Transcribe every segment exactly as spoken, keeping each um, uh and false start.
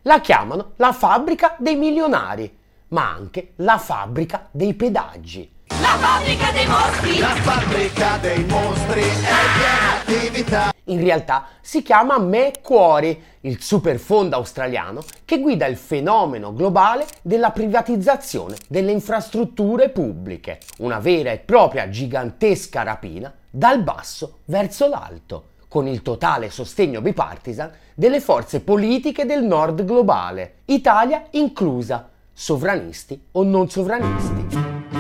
La chiamano la fabbrica dei milionari, ma anche la fabbrica dei pedaggi. La fabbrica dei mostri! La fabbrica dei mostri è piena di attività. In realtà si chiama Macquarie, il superfondo australiano che guida il fenomeno globale della privatizzazione delle infrastrutture pubbliche, una vera e propria gigantesca rapina dal basso verso l'alto, con il totale sostegno bipartisan delle forze politiche del nord globale, Italia inclusa, sovranisti o non sovranisti.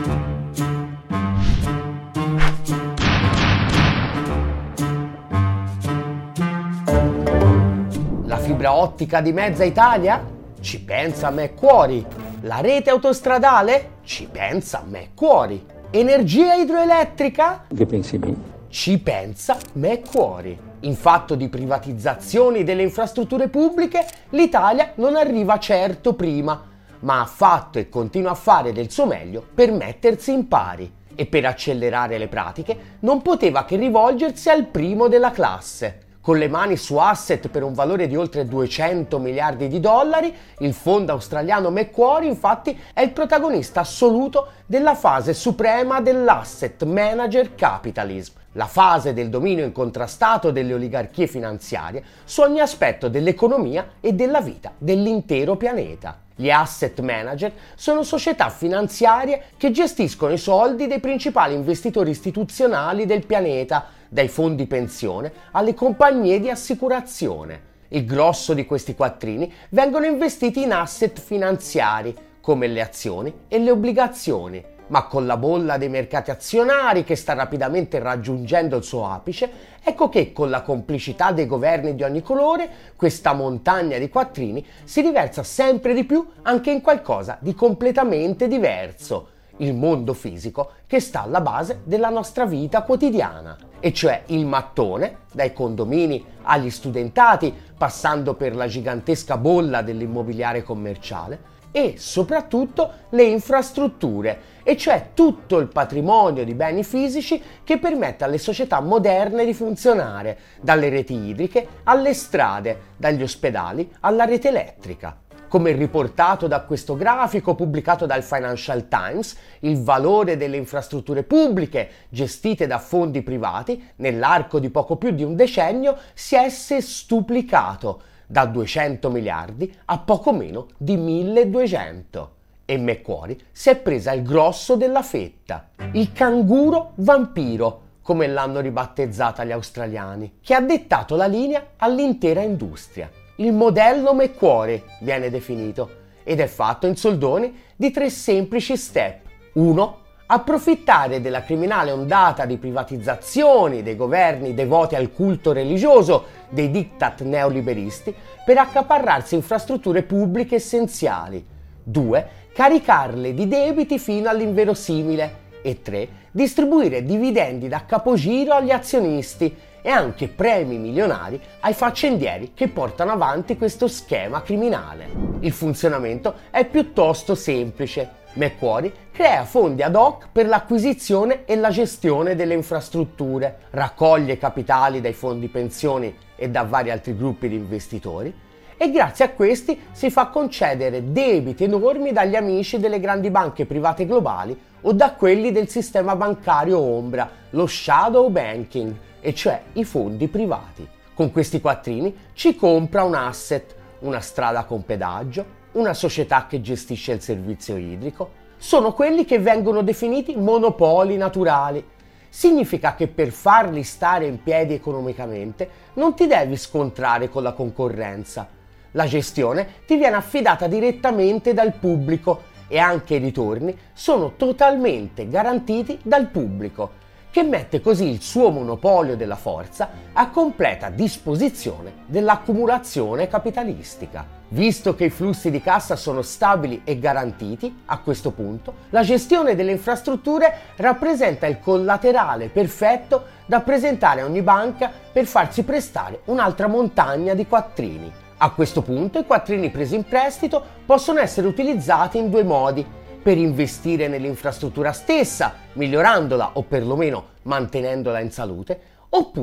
La fibra ottica di mezza Italia? Ci pensa Macquarie. La rete autostradale? Ci pensa Macquarie. Energia idroelettrica? Che pensi me? Ci pensa Macquarie. In fatto di privatizzazioni delle infrastrutture pubbliche, l'Italia non arriva certo prima, ma ha fatto e continua a fare del suo meglio per mettersi in pari. E per accelerare le pratiche non poteva che rivolgersi al primo della classe. Con le mani su asset per un valore di oltre duecento miliardi di dollari, il fondo australiano Macquarie infatti è il protagonista assoluto della fase suprema dell'asset manager capitalism, la fase del dominio incontrastato delle oligarchie finanziarie su ogni aspetto dell'economia e della vita dell'intero pianeta. Gli asset manager sono società finanziarie che gestiscono i soldi dei principali investitori istituzionali del pianeta, dai fondi pensione alle compagnie di assicurazione. Il grosso di questi quattrini vengono investiti in asset finanziari, come le azioni e le obbligazioni. Ma con la bolla dei mercati azionari che sta rapidamente raggiungendo il suo apice, ecco che con la complicità dei governi di ogni colore, questa montagna di quattrini si riversa sempre di più anche in qualcosa di completamente diverso, il mondo fisico che sta alla base della nostra vita quotidiana, e cioè il mattone, dai condomini agli studentati, passando per la gigantesca bolla dell'immobiliare commerciale, e soprattutto le infrastrutture, e cioè tutto il patrimonio di beni fisici che permette alle società moderne di funzionare, dalle reti idriche alle strade, dagli ospedali alla rete elettrica. Come riportato da questo grafico pubblicato dal Financial Times, il valore delle infrastrutture pubbliche gestite da fondi privati nell'arco di poco più di un decennio si è sestuplicato da duecento miliardi a poco meno di milleduecento. E Macquarie si è presa il grosso della fetta, il canguro vampiro, come l'hanno ribattezzata gli australiani, che ha dettato la linea all'intera industria. Il modello Macquarie viene definito ed è fatto in soldoni di tre semplici step. uno. Approfittare della criminale ondata di privatizzazioni dei governi devoti al culto religioso dei diktat neoliberisti per accaparrarsi infrastrutture pubbliche essenziali. due. Caricarle di debiti fino all'inverosimile. E tre. Distribuire dividendi da capogiro agli azionisti e anche premi milionari ai faccendieri che portano avanti questo schema criminale. Il funzionamento è piuttosto semplice. Macquarie crea fondi ad hoc per l'acquisizione e la gestione delle infrastrutture, raccoglie capitali dai fondi pensioni e da vari altri gruppi di investitori e grazie a questi si fa concedere debiti enormi dagli amici delle grandi banche private globali o da quelli del sistema bancario ombra, lo shadow banking, e cioè i fondi privati. Con questi quattrini ci compra un asset, una strada con pedaggio, una società che gestisce il servizio idrico. Sono quelli che vengono definiti monopoli naturali. Significa che per farli stare in piedi economicamente non ti devi scontrare con la concorrenza. La gestione ti viene affidata direttamente dal pubblico e anche i ritorni sono totalmente garantiti dal pubblico, che mette così il suo monopolio della forza a completa disposizione dell'accumulazione capitalistica. Visto che i flussi di cassa sono stabili e garantiti, a questo punto, la gestione delle infrastrutture rappresenta il collaterale perfetto da presentare a ogni banca per farsi prestare un'altra montagna di quattrini. A questo punto i quattrini presi in prestito possono essere utilizzati in due modi: per investire nell'infrastruttura stessa, migliorandola o perlomeno mantenendola in salute, oppure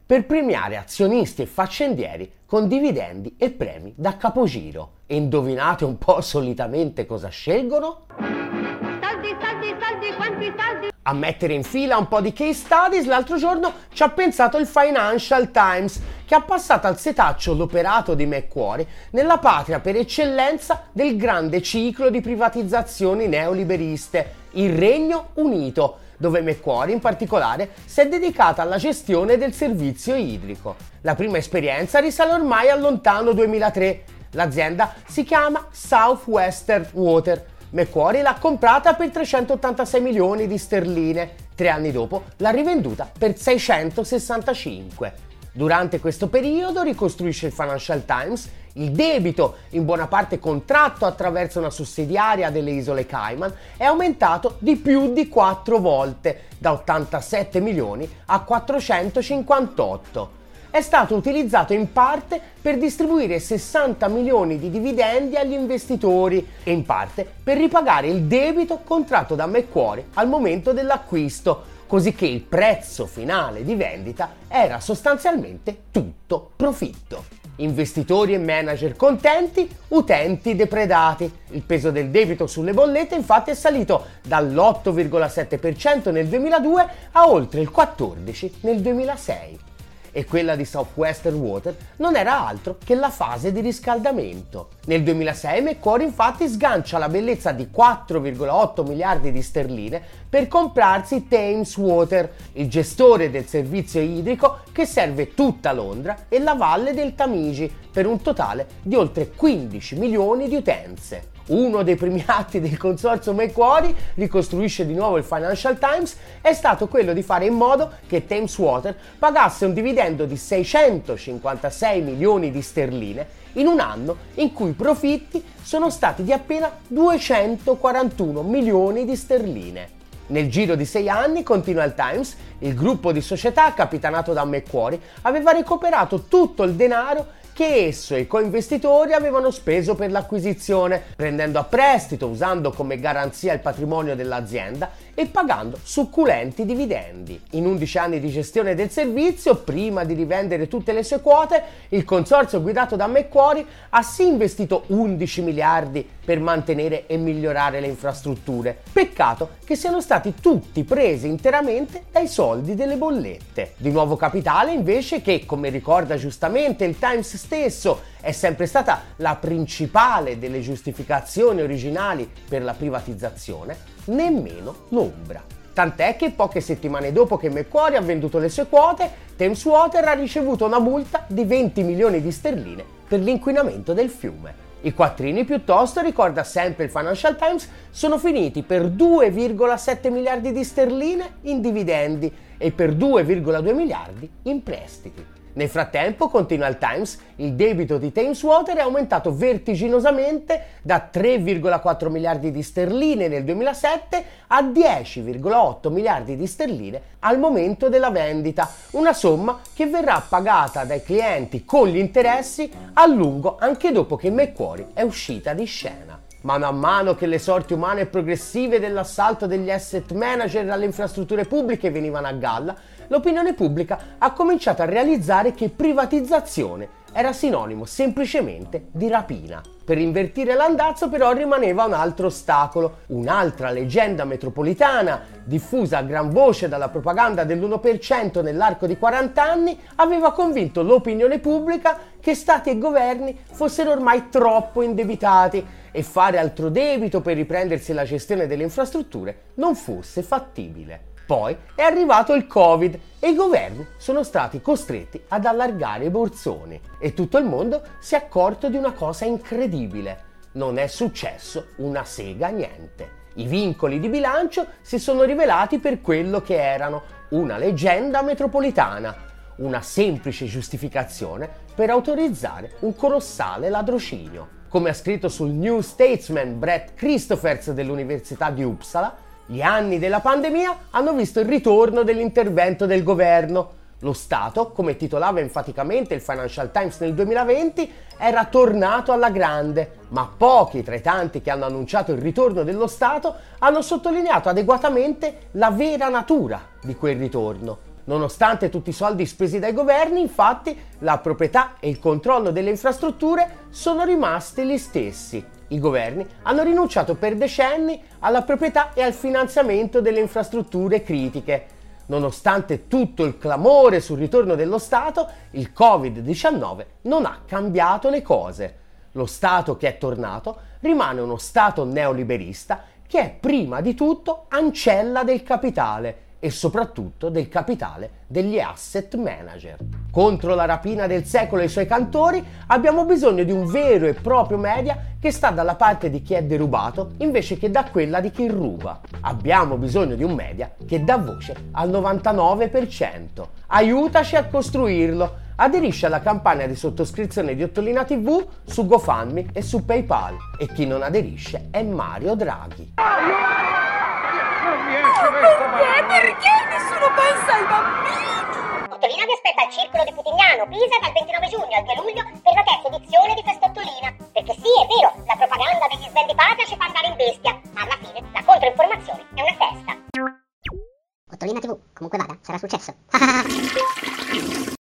per premiare azionisti e faccendieri con dividendi e premi da capogiro. E indovinate un po' solitamente cosa scelgono? Saldi, saldi, saldi, quanti saldi? A mettere in fila un po' di case studies l'altro giorno ci ha pensato il Financial Times, che ha passato al setaccio l'operato di Macquarie nella patria per eccellenza del grande ciclo di privatizzazioni neoliberiste, il Regno Unito, dove Macquarie in particolare si è dedicata alla gestione del servizio idrico. La prima esperienza risale ormai al lontano duemilatré. L'azienda si chiama Southwestern Water. Macquarie l'ha comprata per trecentottantasei milioni di sterline. Tre anni dopo l'ha rivenduta per seicentosessantacinque. Durante questo periodo, ricostruisce il Financial Times, il debito, in buona parte contratto attraverso una sussidiaria delle isole Cayman, è aumentato di più di quattro volte, da ottantasette milioni a quattrocentocinquantotto. È stato utilizzato in parte per distribuire sessanta milioni di dividendi agli investitori e in parte per ripagare il debito contratto da Macquarie al momento dell'acquisto, così che il prezzo finale di vendita era sostanzialmente tutto profitto. Investitori e manager contenti, utenti depredati. Il peso del debito sulle bollette infatti è salito dall'otto virgola sette per cento nel duemiladue a oltre il quattordici per cento nel duemilasei. E quella di Southwestern Water non era altro che la fase di riscaldamento. Nel duemilasei Macquarie infatti sgancia la bellezza di quattro virgola otto miliardi di sterline per comprarsi Thames Water, il gestore del servizio idrico che serve tutta Londra e la valle del Tamigi, per un totale di oltre quindici milioni di utenze. Uno dei primi atti del consorzio Macquarie, ricostruisce di nuovo il Financial Times, è stato quello di fare in modo che Thames Water pagasse un dividendo di seicentocinquantasei milioni di sterline in un anno in cui i profitti sono stati di appena duecentoquarantuno milioni di sterline. Nel giro di sei anni, continua il Times, il gruppo di società capitanato da Macquarie aveva recuperato tutto il denaro che esso e i coinvestitori avevano speso per l'acquisizione, prendendo a prestito, usando come garanzia il patrimonio dell'azienda e pagando succulenti dividendi. In undici anni di gestione del servizio, prima di rivendere tutte le sue quote, il consorzio guidato da Macquarie ha sì investito undici miliardi per mantenere e migliorare le infrastrutture. Peccato che siano stati tutti presi interamente dai soldi delle bollette. Di nuovo capitale invece che, come ricorda giustamente il Times stesso, è sempre stata la principale delle giustificazioni originali per la privatizzazione, nemmeno l'ombra. Tant'è che poche settimane dopo che Macquarie ha venduto le sue quote, Thames Water ha ricevuto una multa di venti milioni di sterline per l'inquinamento del fiume. I quattrini piuttosto, ricorda sempre il Financial Times, sono finiti per due virgola sette miliardi di sterline in dividendi e per due virgola due miliardi in prestiti. Nel frattempo, continua il Times, il debito di Thames Water è aumentato vertiginosamente da tre virgola quattro miliardi di sterline nel duemilasette a dieci virgola otto miliardi di sterline al momento della vendita, una somma che verrà pagata dai clienti con gli interessi a lungo anche dopo che Macquarie è uscita di scena. Mano a mano che le sorti umane e progressive dell'assalto degli asset manager alle infrastrutture pubbliche venivano a galla, l'opinione pubblica ha cominciato a realizzare che privatizzazione era sinonimo semplicemente di rapina. Per invertire l'andazzo però rimaneva un altro ostacolo, un'altra leggenda metropolitana, diffusa a gran voce dalla propaganda dell'uno per cento nell'arco di quaranta anni, aveva convinto l'opinione pubblica che stati e governi fossero ormai troppo indebitati e fare altro debito per riprendersi la gestione delle infrastrutture non fosse fattibile. Poi è arrivato il Covid e i governi sono stati costretti ad allargare i borsoni e tutto il mondo si è accorto di una cosa incredibile. Non è successo una sega niente. I vincoli di bilancio si sono rivelati per quello che erano, una leggenda metropolitana, una semplice giustificazione per autorizzare un colossale ladrocinio. Come ha scritto sul New Statesman Brett Christophers dell'Università di Uppsala, gli anni della pandemia hanno visto il ritorno dell'intervento del governo. Lo Stato, come titolava enfaticamente il Financial Times nel duemilaventi, era tornato alla grande, ma pochi tra i tanti che hanno annunciato il ritorno dello Stato hanno sottolineato adeguatamente la vera natura di quel ritorno. Nonostante tutti i soldi spesi dai governi, infatti, la proprietà e il controllo delle infrastrutture sono rimasti gli stessi. I governi hanno rinunciato per decenni alla proprietà e al finanziamento delle infrastrutture critiche. Nonostante tutto il clamore sul ritorno dello Stato, il covid diciannove non ha cambiato le cose. Lo Stato che è tornato rimane uno Stato neoliberista che è prima di tutto ancella del capitale e soprattutto del capitale degli asset manager. Contro la rapina del secolo e i suoi cantori abbiamo bisogno di un vero e proprio media che sta dalla parte di chi è derubato invece che da quella di chi ruba. Abbiamo bisogno di un media che dà voce al novantanove per cento. Aiutaci a costruirlo. Aderisci alla campagna di sottoscrizione di Ottolina tivù su GoFundMe e su PayPal. E chi non aderisce è Mario Draghi. Perché? Perché nessuno pensa ai bambini? Ottolina vi aspetta al Circolo di Putignano, Pisa, dal ventinove giugno al due luglio per la terza edizione di Festa Ottolina. Perché sì, è vero, la propaganda degli svendi patria ci fa andare in bestia, ma alla fine la controinformazione è una festa. Ottolina tivù, comunque vada, sarà successo.